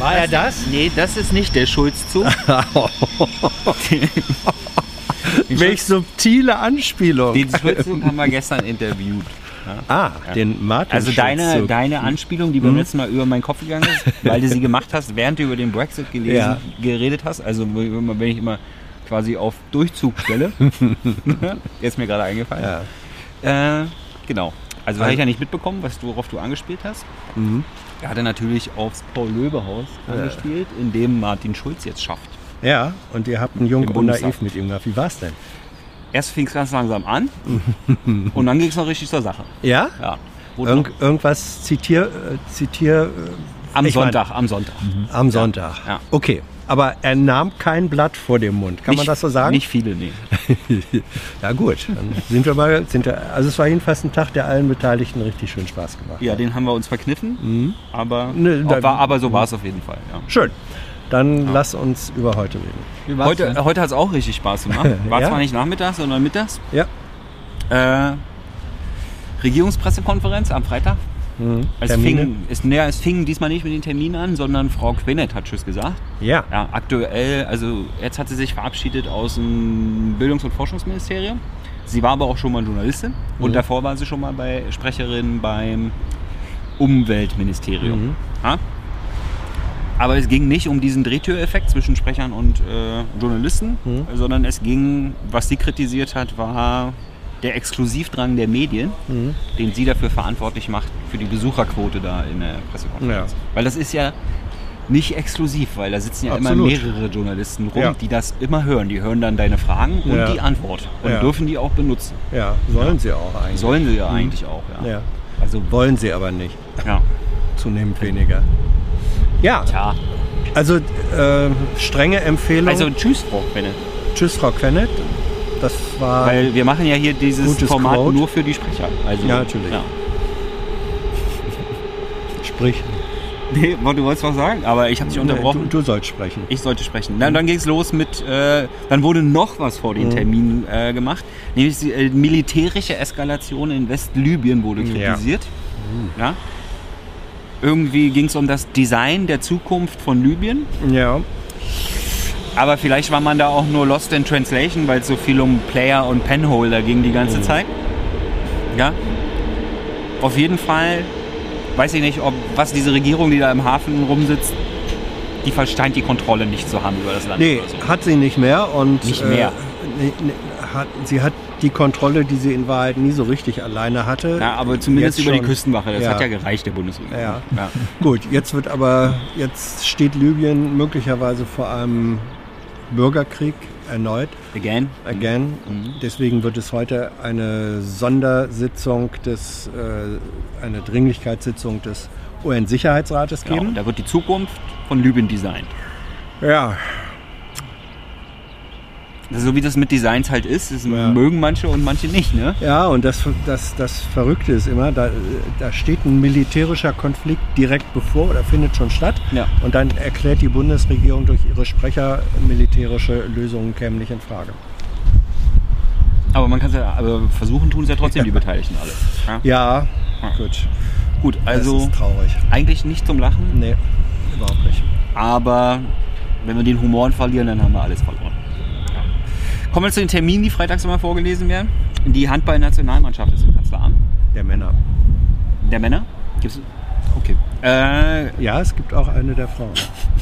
War er das? Nee, das ist nicht der Schulz-Zug. Welch subtile Anspielung. Den Schulz-Zug haben wir gestern interviewt. Ja. Den Martin Also Schulz-Zug. deine Anspielung, die beim letzten Mal über meinen Kopf gegangen ist, weil du sie gemacht hast, während du über den Brexit geredet hast. Also wenn ich immer quasi auf Durchzug stelle. Ist mir gerade eingefallen. Ja. Genau. Also habe ich ja nicht mitbekommen, worauf du angespielt hast. Er hatte natürlich aufs Paul-Löbe-Haus angespielt, in dem Martin Schulz jetzt schafft. Ja, und ihr habt einen Jung und Naiv mit ihm gehabt. Wie war's denn? Erst fing es ganz langsam an und dann ging es noch richtig zur Sache. Ja? Ja. Irgendwas Zitier. Am Sonntag. Am Sonntag. Ja. Okay. Aber er nahm kein Blatt vor dem Mund. Kann man das so sagen? Nicht viele, nee. Ja gut, dann sind wir mal. Also es war jedenfalls ein Tag, der allen Beteiligten richtig schön Spaß gemacht hat. Ja, den haben wir uns verkniffen. Aber so war es auf jeden Fall. Ja. Schön. Dann lass uns über heute reden. Heute hat es auch richtig Spaß gemacht. War zwar nicht nachmittags, sondern mittags. Ja. Regierungspressekonferenz am Freitag. Es fing diesmal nicht mit den Terminen an, sondern Frau Quenneth hat Tschüss gesagt. Ja. Aktuell, also jetzt hat sie sich verabschiedet aus dem Bildungs- und Forschungsministerium. Sie war aber auch schon mal Journalistin und davor war sie schon mal Sprecherin beim Umweltministerium. Ja? Aber es ging nicht um diesen Drehtüreffekt zwischen Sprechern und Journalisten, sondern es ging, was sie kritisiert hat, war der Exklusivdrang der Medien, den sie dafür verantwortlich macht, für die Besucherquote da in der Pressekonferenz. Ja. Weil das ist ja nicht exklusiv, weil da sitzen ja immer mehrere Journalisten rum, die das immer hören. Die hören dann deine Fragen und die Antwort und dürfen die auch benutzen. Ja, sollen sie auch eigentlich. Sollen sie ja eigentlich auch, ja. Also wollen sie aber nicht. Ja. Zunehmend weniger. Ja. Tja. Also strenge Empfehlung. Also tschüss, Frau Quenneth. Tschüss, Frau Quenneth. Das war. Weil wir machen ja hier dieses Format Quote. nur für die Sprecher. Also, ja, natürlich. Ja. Sprich. Nee, du wolltest was sagen, aber ich habe dich unterbrochen. Du sollst sprechen. Ich sollte sprechen. Dann ging es los mit, dann wurde noch was vor den Terminen gemacht, nämlich die militärische Eskalation in Westlibyen wurde kritisiert. Ja. Irgendwie ging es um das Design der Zukunft von Libyen. Ja. Aber vielleicht war man da auch nur lost in translation, weil es so viel um Player und Penholder ging die ganze Zeit. Ja. Auf jeden Fall weiß ich nicht, was diese Regierung, die da im Hafen rumsitzt, die scheint die Kontrolle nicht zu haben über das Land. Nee, oder so. Hat sie nicht mehr. Und, nicht mehr. Sie hat die Kontrolle, die sie in Wahrheit nie so richtig alleine hatte. Ja, aber zumindest über die Küstenwache. Das hat ja gereicht, der Bundesregierung. Ja. Gut, jetzt steht Libyen möglicherweise vor einem Bürgerkrieg erneut. Again. Deswegen wird es heute eine Sondersitzung eine Dringlichkeitssitzung des UN-Sicherheitsrates geben. Und da wird die Zukunft von Libyen designt. Ja. So wie das mit Designs halt ist, das mögen manche und manche nicht, ne? Ja, und das Verrückte ist immer, da steht ein militärischer Konflikt direkt bevor oder findet schon statt. Ja. Und dann erklärt die Bundesregierung durch ihre Sprecher, militärische Lösungen kämen nicht in Frage. Aber man kann es aber versuchen tun es ja trotzdem die Beteiligten alle. Ja. Gut, also das ist traurig. Eigentlich nicht zum Lachen. Nee, überhaupt nicht. Aber wenn wir den Humor verlieren, dann haben wir alles verloren. Kommen wir zu den Terminen, die freitags immer vorgelesen werden. Die Handball-Nationalmannschaft ist im Kanzleramt. Der Männer. Der Männer? Gibt's? Okay. Ja, es gibt auch eine der Frauen.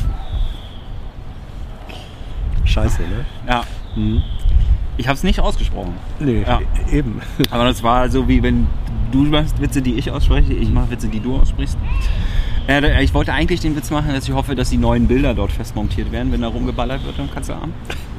Scheiße, ne? Ja. Ich habe es nicht ausgesprochen. Nee, eben. Aber das war so, wie wenn du machst Witze, die ich ausspreche, ich mache Witze, die du aussprichst. Ich wollte eigentlich den Witz machen, dass ich hoffe, dass die neuen Bilder dort festmontiert werden, wenn da rumgeballert wird im Kanzleramt.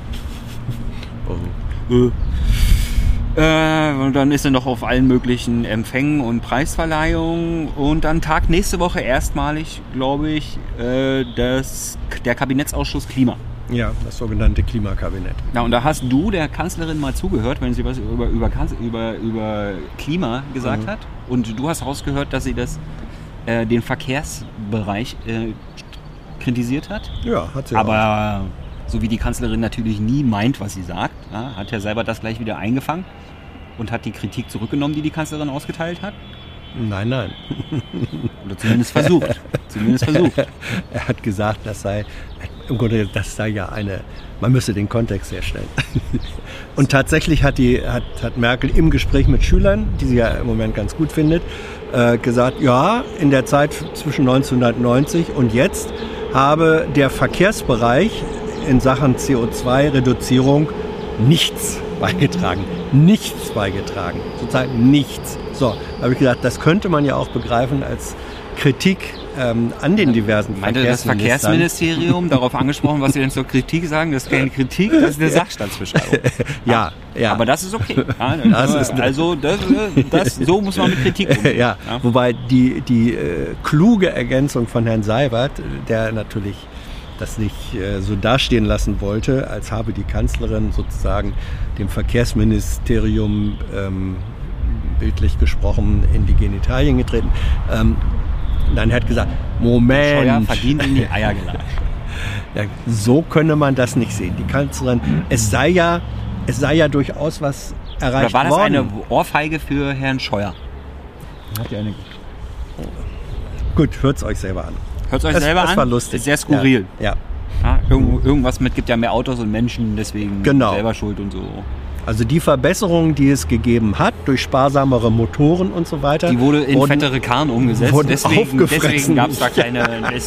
Und dann ist er noch auf allen möglichen Empfängen und Preisverleihungen. Und dann tagt nächste Woche erstmalig, glaube ich, der Kabinettsausschuss Klima. Ja, das sogenannte Klimakabinett. Ja, und da hast du der Kanzlerin mal zugehört, wenn sie was über Klima gesagt hat. Und du hast rausgehört, dass sie den Verkehrsbereich kritisiert hat. Ja, hat sie aber so wie die Kanzlerin natürlich nie meint, was sie sagt, hat Herr Seibert das gleich wieder eingefangen und hat die Kritik zurückgenommen, die die Kanzlerin ausgeteilt hat. Nein. Oder zumindest versucht. Er hat gesagt, das sei ja man müsse den Kontext herstellen. Und tatsächlich hat Merkel im Gespräch mit Schülern, die sie ja im Moment ganz gut findet, gesagt, ja, in der Zeit zwischen 1990 und jetzt habe der Verkehrsbereich in Sachen CO2-Reduzierung nichts beigetragen. Sozusagen nichts. So, habe ich gesagt, das könnte man ja auch begreifen als Kritik an den diversen Verkehrsministern. Meinte das Verkehrsministerium darauf angesprochen, was Sie denn zur Kritik sagen? Das ist keine Kritik, das ist eine Sachstandsbeschreibung. Ja. Aber das ist okay. So muss man mit Kritik umgehen. Ja. Wobei die kluge Ergänzung von Herrn Seibert, der natürlich das nicht so dastehen lassen wollte, als habe die Kanzlerin sozusagen dem Verkehrsministerium bildlich gesprochen in die Genitalien getreten. Nein, er hat gesagt, Moment. Scheuer verdient in die Eier geladen. Ja, so könne man das nicht sehen. Die Kanzlerin, es sei ja durchaus was erreicht worden. Oder war das eine Ohrfeige für Herrn Scheuer? Hat ja eine. Gut, hört es euch selber an. Das war lustig. Ist sehr skurril. Ja. Irgendwas mit, gibt ja mehr Autos und Menschen, deswegen selber schuld und so. Also die Verbesserungen, die es gegeben hat, durch sparsamere Motoren und so weiter. Die wurde in fettere Karren umgesetzt. Deswegen gab es da keine,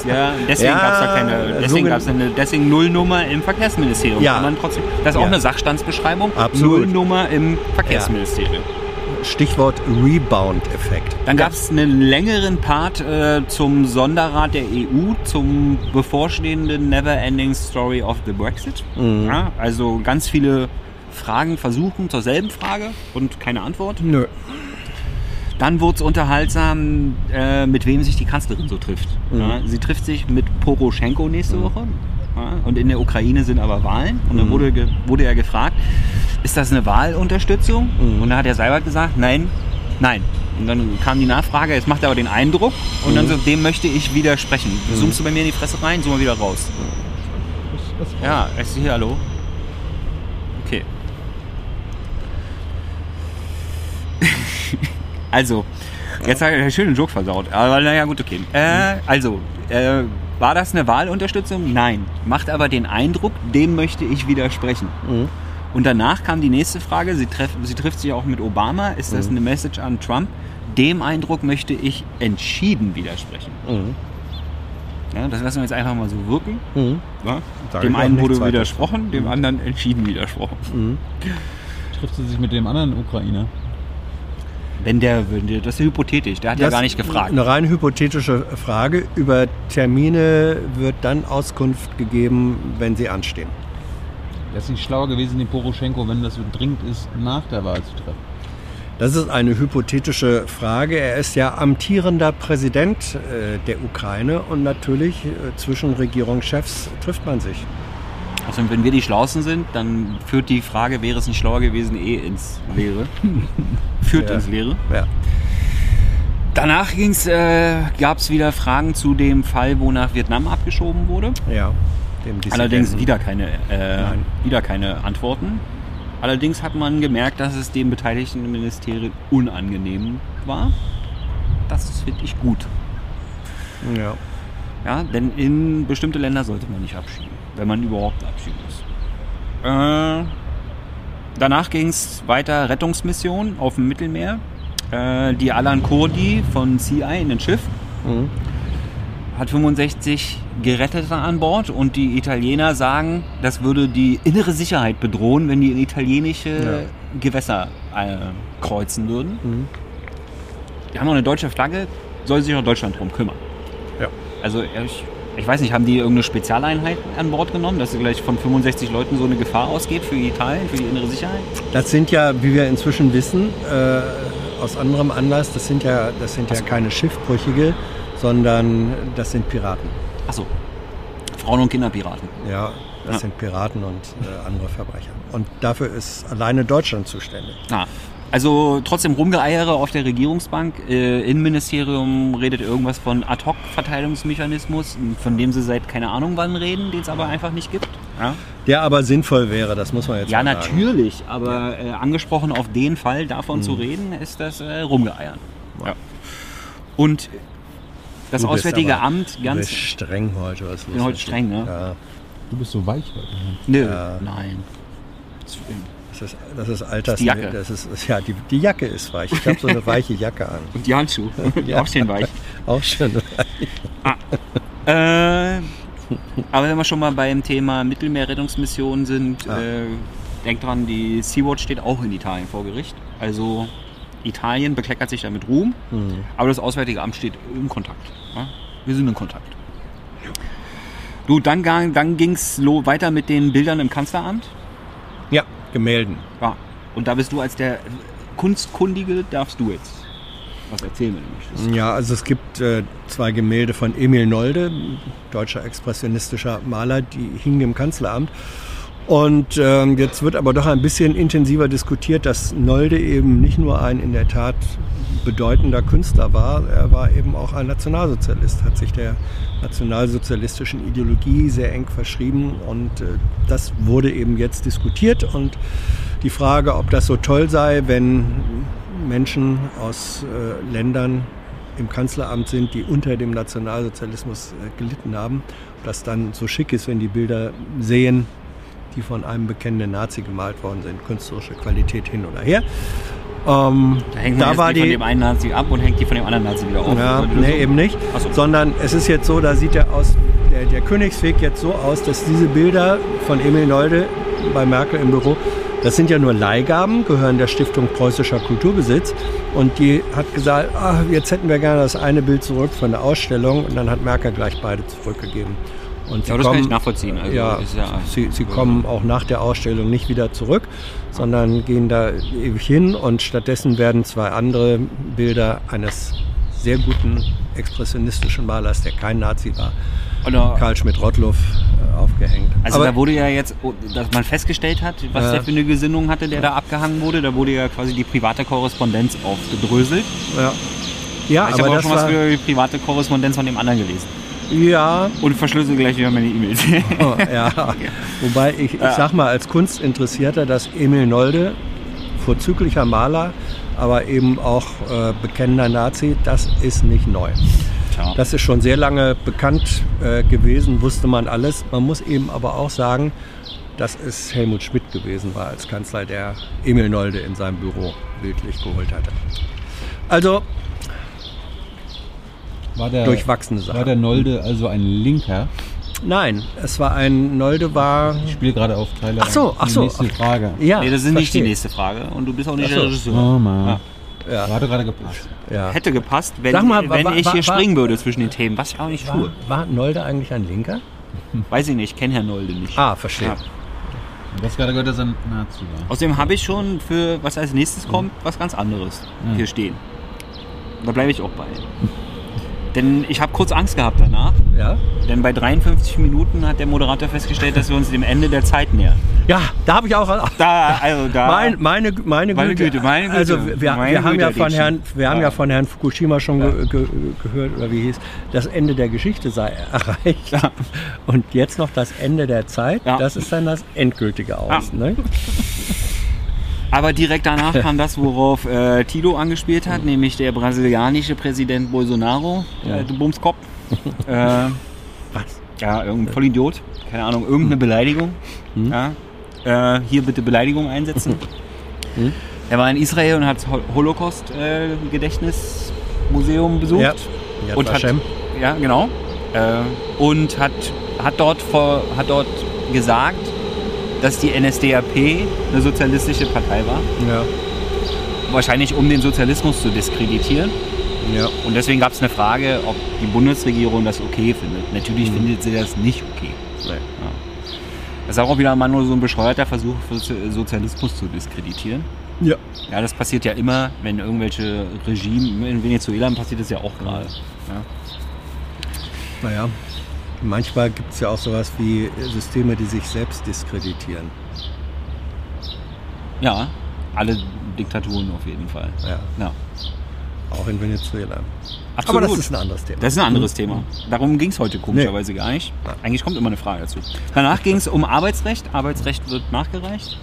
deswegen Nullnummer im Verkehrsministerium. Ja. Das ist auch eine Sachstandsbeschreibung. Absolut. Nullnummer im Verkehrsministerium. Stichwort Rebound-Effekt. Dann gab es einen längeren Part zum Sonderrat der EU, zum bevorstehenden Never-Ending Story of the Brexit. Mhm. Ja, also ganz viele Fragen versuchen zur selben Frage und keine Antwort. Nö. Dann wurde es unterhaltsam, mit wem sich die Kanzlerin so trifft. Mhm. Ja, sie trifft sich mit Poroschenko nächste Woche. Ja, und in der Ukraine sind aber Wahlen. Und dann wurde er gefragt, ist das eine Wahlunterstützung? Und dann hat der Seibert gesagt, nein. Und dann kam die Nachfrage, es macht aber den Eindruck. Und dann so, dem möchte ich widersprechen. Zoomst du bei mir in die Fresse rein, zoom mal wieder raus. Ja, ist hier, hallo? Okay. Also, jetzt hat er einen schönen Joke versaut. Aber naja, gut, okay. War das eine Wahlunterstützung? Nein. Macht aber den Eindruck, dem möchte ich widersprechen. Mhm. Und danach kam die nächste Frage, sie trifft sich auch mit Obama. Ist das eine Message an Trump? Dem Eindruck möchte ich entschieden widersprechen. Mhm. Ja, das lassen wir jetzt einfach mal so wirken. Mhm. Ja? Dem einen wurde widersprochen, dem anderen entschieden widersprochen. Mhm. Trifft sie sich mit dem anderen Ukrainer? Das ist hypothetisch, der hat ja gar nicht gefragt. Eine rein hypothetische Frage. Über Termine wird dann Auskunft gegeben, wenn sie anstehen. Wäre es nicht schlauer gewesen, den Poroschenko, wenn das so dringend ist, nach der Wahl zu treffen? Das ist eine hypothetische Frage. Er ist ja amtierender Präsident der Ukraine und natürlich zwischen Regierungschefs trifft man sich. Also wenn wir die Schlausten sind, dann führt die Frage, wäre es nicht schlauer gewesen, ins Leere. Ins Leere. Ja. Danach gab es wieder Fragen zu dem Fall, wo nach Vietnam abgeschoben wurde. Ja. Allerdings wieder keine Antworten. Allerdings hat man gemerkt, dass es dem beteiligten Ministerium unangenehm war. Das finde ich gut. Ja. Ja, denn in bestimmte Länder sollte man nicht abschieben, wenn man überhaupt abschieben muss. Danach ging es weiter, Rettungsmission auf dem Mittelmeer. Die Alan Kurdi von CI in den Schiff hat 65 Gerettete an Bord und die Italiener sagen, das würde die innere Sicherheit bedrohen, wenn die in italienische Gewässer kreuzen würden. Mhm. Die haben noch eine deutsche Flagge, soll sich auch Deutschland drum kümmern. Ja. Also ich weiß nicht, haben die irgendeine Spezialeinheit an Bord genommen, dass gleich von 65 Leuten so eine Gefahr ausgeht für Italien, für die innere Sicherheit? Das sind ja, wie wir inzwischen wissen, aus anderem Anlass, das sind ja keine Schiffbrüchige, sondern das sind Piraten. Achso, Frauen- und Kinderpiraten. Ja, das sind Piraten und andere Verbrecher. Und dafür ist alleine Deutschland zuständig. Also trotzdem Rumgeeiere auf der Regierungsbank. Innenministerium redet irgendwas von Ad-Hoc-Verteilungsmechanismus, von dem sie seit keine Ahnung wann reden, den es aber einfach nicht gibt. Ja? Der aber sinnvoll wäre, das muss man jetzt mal sagen. Ja, natürlich, aber angesprochen auf den Fall davon zu reden, ist das Rumgeeiern. Ja. Und das Auswärtige Amt ganz... Du bist streng heute. Was ich bin heute streng, ne? Ja. Du bist so weich heute. Nö, nein. Das ist Alters... Die Jacke. Die Jacke ist weich. Ich habe so eine weiche Jacke an. Und die Handschuhe. Ja. Auch schön weich. Auch schön weich. Aber wenn wir schon mal beim Thema Mittelmeerrettungsmissionen sind, denkt dran, die Sea-Watch steht auch in Italien vor Gericht. Also Italien bekleckert sich damit Ruhm, aber das Auswärtige Amt steht im Kontakt. Ja? Wir sind in Kontakt. Du, dann ging es weiter mit den Bildern im Kanzleramt? Ja, Gemälden. Ja. Und da bist du als der Kunstkundige, darfst du jetzt was erzählen, wenn du möchtest. Ja, also es gibt 2 Gemälde von Emil Nolde, deutscher expressionistischer Maler, die hingen im Kanzleramt. Und jetzt wird aber doch ein bisschen intensiver diskutiert, dass Nolde eben nicht nur ein in der Tat bedeutender Künstler war, er war eben auch ein Nationalsozialist, hat sich der nationalsozialistischen Ideologie sehr eng verschrieben und das wurde eben jetzt diskutiert und die Frage, ob das so toll sei, wenn Menschen aus Ländern im Kanzleramt sind, die unter dem Nationalsozialismus gelitten haben, ob das dann so schick ist, wenn die Bilder sehen, die von einem bekennenden Nazi gemalt worden sind, künstlerische Qualität hin oder her. Da hängt man die von dem einen Nazi ab und hängt die von dem anderen Nazi wieder auf. Ja, nee, eben nicht. So. Sondern es ist jetzt so, da sieht der Königsweg jetzt so aus, dass diese Bilder von Emil Nolde bei Merkel im Büro, das sind ja nur Leihgaben, gehören der Stiftung Preußischer Kulturbesitz. Und die hat gesagt, jetzt hätten wir gerne das eine Bild zurück von der Ausstellung. Und dann hat Merkel gleich beide zurückgegeben. Und das kann ich nachvollziehen. Also sie kommen auch nach der Ausstellung nicht wieder zurück, sondern gehen da ewig hin und stattdessen werden 2 andere Bilder eines sehr guten expressionistischen Malers, der kein Nazi war, Karl Schmidt-Rottluff, aufgehängt. Also aber da wurde ja jetzt, dass man festgestellt hat, was der für eine Gesinnung hatte, der da abgehangen wurde, da wurde ja quasi die private Korrespondenz aufgedröselt. Ja, ich habe auch schon was für die private Korrespondenz von dem anderen gelesen. Ja. Und verschlüssel gleich wieder meine E-Mails. Okay. Wobei ich sag mal als Kunstinteressierter, dass Emil Nolde, vorzüglicher Maler, aber eben auch bekennender Nazi, das ist nicht neu. Tja. Das ist schon sehr lange bekannt gewesen, wusste man alles. Man muss eben aber auch sagen, dass es Helmut Schmidt gewesen war als Kanzler, der Emil Nolde in seinem Büro bildlich geholt hatte. Also durchwachsene Sache. War der Nolde also ein Linker? Nein, Nolde war... Ich spiele gerade auf Teile. Ach so. Nächste Frage. Ja, nee, das ist nicht die nächste Frage. Und du bist auch nicht der Regisseur. Oh Mann. Ja. Hatte gerade gepasst. Ja. Hätte gepasst, wenn ich hier springen würde zwischen den Themen, was ich auch nicht tue. War Nolde eigentlich ein Linker? Weiß ich nicht, ich kenne Herrn Nolde nicht. Verstehe. Ja. Du hast gerade gehört, dass er ein Nazi war. Außerdem habe ich schon für, was als nächstes kommt, was ganz anderes hier stehen. Da bleibe ich auch bei. Denn ich habe kurz Angst gehabt danach. Ja? Denn bei 53 Minuten hat der Moderator festgestellt, dass wir uns dem Ende der Zeit nähern. Ja, da habe ich auch... Meine Güte. Also wir haben ja von Herrn Fukushima schon gehört, oder wie hieß, das Ende der Geschichte sei erreicht. Ja. Und jetzt noch das Ende der Zeit, das ist dann das endgültige Aus. Ja. Ne? Aber direkt danach kam das, worauf Tito angespielt hat, nämlich der brasilianische Präsident Bolsonaro, der Bumskopf. Was? Ja, irgendein Vollidiot, keine Ahnung, irgendeine Beleidigung. Ja. Hier bitte Beleidigung einsetzen. Er war in Israel und hat das Holocaust-Gedächtnismuseum besucht. Ja, ja, genau. Und hat dort gesagt, dass die NSDAP eine sozialistische Partei war. Ja. Wahrscheinlich um den Sozialismus zu diskreditieren. Ja. Und deswegen gab es eine Frage, ob die Bundesregierung das okay findet. Natürlich findet sie das nicht okay. Nee. Ja. Das ist auch wieder mal nur so ein bescheuerter Versuch, Sozialismus zu diskreditieren. Ja. Ja, das passiert ja immer, wenn irgendwelche Regime, in Venezuela passiert das ja auch gerade. Ja. Naja. Manchmal gibt es ja auch sowas wie Systeme, die sich selbst diskreditieren. Ja, alle Diktaturen auf jeden Fall. Ja. Auch in Venezuela. Absolut. Aber das ist ein anderes Thema. Das ist ein anderes Thema. Darum ging es heute komischerweise gar nicht. Eigentlich kommt immer eine Frage dazu. Danach ging es um Arbeitsrecht. Arbeitsrecht wird nachgereicht.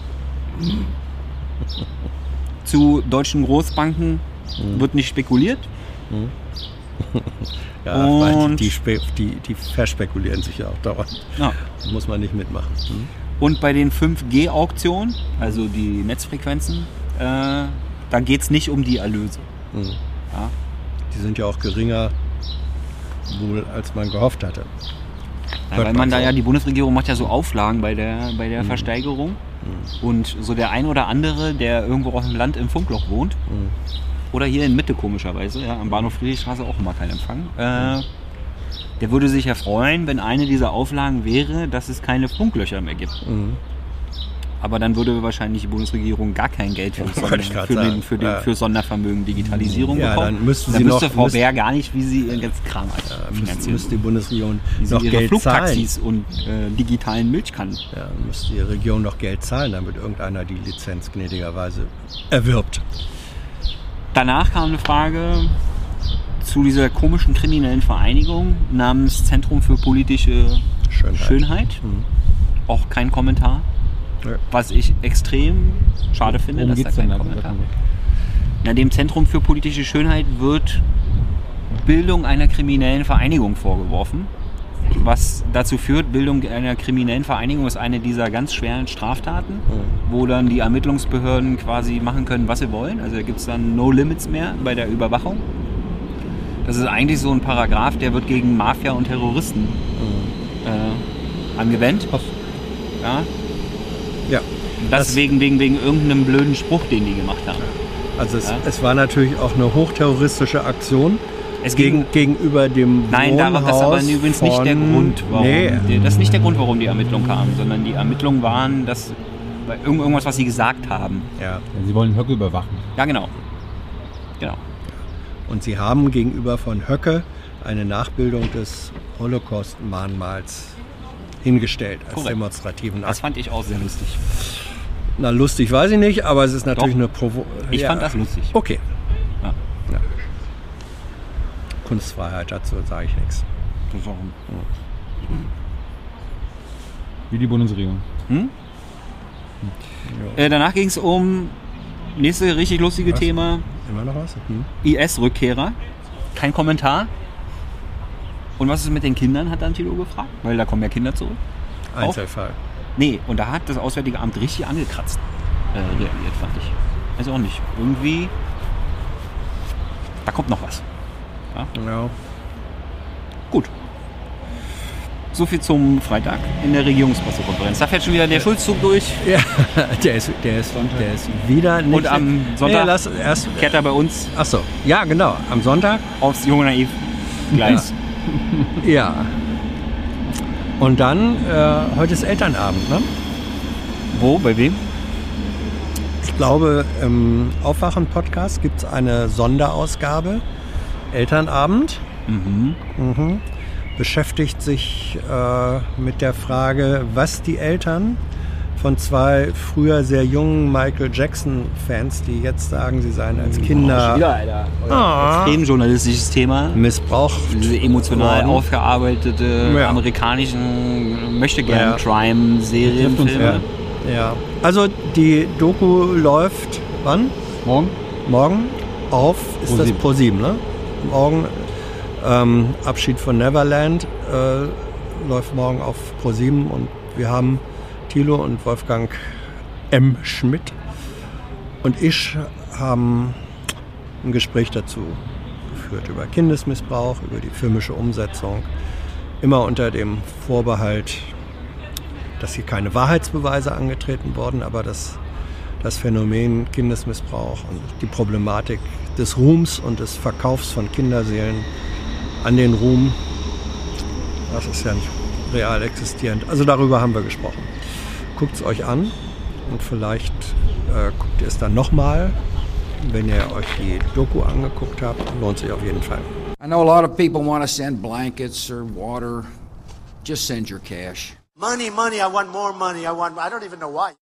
Zu deutschen Großbanken wird nicht spekuliert. Ja, und die verspekulieren sich ja auch dauernd. Ja. Muss man nicht mitmachen. Und bei den 5G-Auktionen, also die Netzfrequenzen, da geht es nicht um die Erlöse. Ja. Die sind ja auch geringer wohl, als man gehofft hatte. Ja, weil man da ja, die Bundesregierung macht ja so Auflagen bei der Versteigerung. Und so der ein oder andere, der irgendwo auf dem Land im Funkloch wohnt, oder hier in Mitte komischerweise, ja, am Bahnhof Friedrichstraße auch immer kein Empfang, der würde sich ja freuen, wenn eine dieser Auflagen wäre, dass es keine Funklöcher mehr gibt. Aber dann würde wahrscheinlich die Bundesregierung gar kein Geld für Sondervermögen Digitalisierung bekommen. Dann wüsste Frau Bär gar nicht, wie sie ihren ganzen Kram finanzieren. Müsste die Bundesregierung noch Geld Flugtaxis zahlen. Und digitalen Milchkannen. Ja, müsste die Regierung noch Geld zahlen, damit irgendeiner die Lizenz gnädigerweise erwirbt. Danach kam eine Frage zu dieser komischen kriminellen Vereinigung namens Zentrum für politische Schönheit. Auch kein Kommentar. Ja. Was ich extrem schade finde, dass da kein Kommentar. Na, dem Zentrum für politische Schönheit wird Bildung einer kriminellen Vereinigung vorgeworfen. Was dazu führt, Bildung einer kriminellen Vereinigung ist eine dieser ganz schweren Straftaten, wo dann die Ermittlungsbehörden quasi machen können, was sie wollen. Also da gibt es dann No Limits mehr bei der Überwachung. Das ist eigentlich so ein Paragraph, der wird gegen Mafia und Terroristen angewendet. Ja. Das wegen irgendeinem blöden Spruch, den die gemacht haben. Also es war natürlich auch eine hochterroristische Aktion. Gegenüber dem Wohnhaus. Das ist aber übrigens nicht der Grund, warum. Das ist nicht der Grund, warum die Ermittlungen kamen, sondern die Ermittlungen waren, dass irgendwas, was sie gesagt haben. Ja. Sie wollen Höcke überwachen. Ja, genau. Und sie haben gegenüber von Höcke eine Nachbildung des Holocaust-Mahnmals hingestellt als demonstrativen Akt. Das fand ich auch sehr lustig. Na, lustig weiß ich nicht, aber es ist natürlich eine Ich fand das lustig. Okay. Ja. Kunstfreiheit, dazu sage ich nichts. Wie die Bundesregierung. Danach ging es um nächste richtig lustige Thema. Immer noch was? IS-Rückkehrer. Kein Kommentar. Und was ist mit den Kindern, hat dann Thilo gefragt. Weil da kommen ja Kinder zurück. Einzelfall. Nee, und da hat das Auswärtige Amt richtig angekratzt reagiert, fand ich. Also auch nicht. Irgendwie, da kommt noch was. Ja. Gut. So viel zum Freitag in der Regierungspressekonferenz. Da fährt schon wieder der Schulzzug durch. Ja, der ist wieder nicht. Und am Sonntag kehrt er bei uns. Achso, ja genau, am Sonntag. Aufs Junge Naiv-Gleis. Ja. Und dann, heute ist Elternabend, ne? Wo, bei wem? Ich glaube, im Aufwachen-Podcast gibt es eine Sonderausgabe. Elternabend. Beschäftigt sich mit der Frage, was die Eltern von zwei früher sehr jungen Michael Jackson-Fans, die jetzt sagen, sie seien als Kinder extrem journalistisches Thema. Missbraucht. Diese emotional aufgearbeitete amerikanischen Möchtegern-Crime-Serienfilme. Ja. Also die Doku läuft wann? Morgen auf, ist das Pro7, ne? Morgen Abschied von Neverland läuft morgen auf Pro7 und wir haben Thilo und Wolfgang M. Schmidt und ich haben ein Gespräch dazu geführt über Kindesmissbrauch, über die filmische Umsetzung, immer unter dem Vorbehalt, dass hier keine Wahrheitsbeweise angetreten wurden, aber das Phänomen Kindesmissbrauch und die Problematik des Ruhms und des Verkaufs von Kinderseelen an den Ruhm, das ist ja nicht real existierend. Also darüber haben wir gesprochen. Guckt es euch an und vielleicht guckt ihr es dann nochmal. Wenn ihr euch die Doku angeguckt habt, lohnt sich auf jeden Fall. I know a lot of people want to send blankets or water. Just send your cash. Money, I want more money. I don't even know why.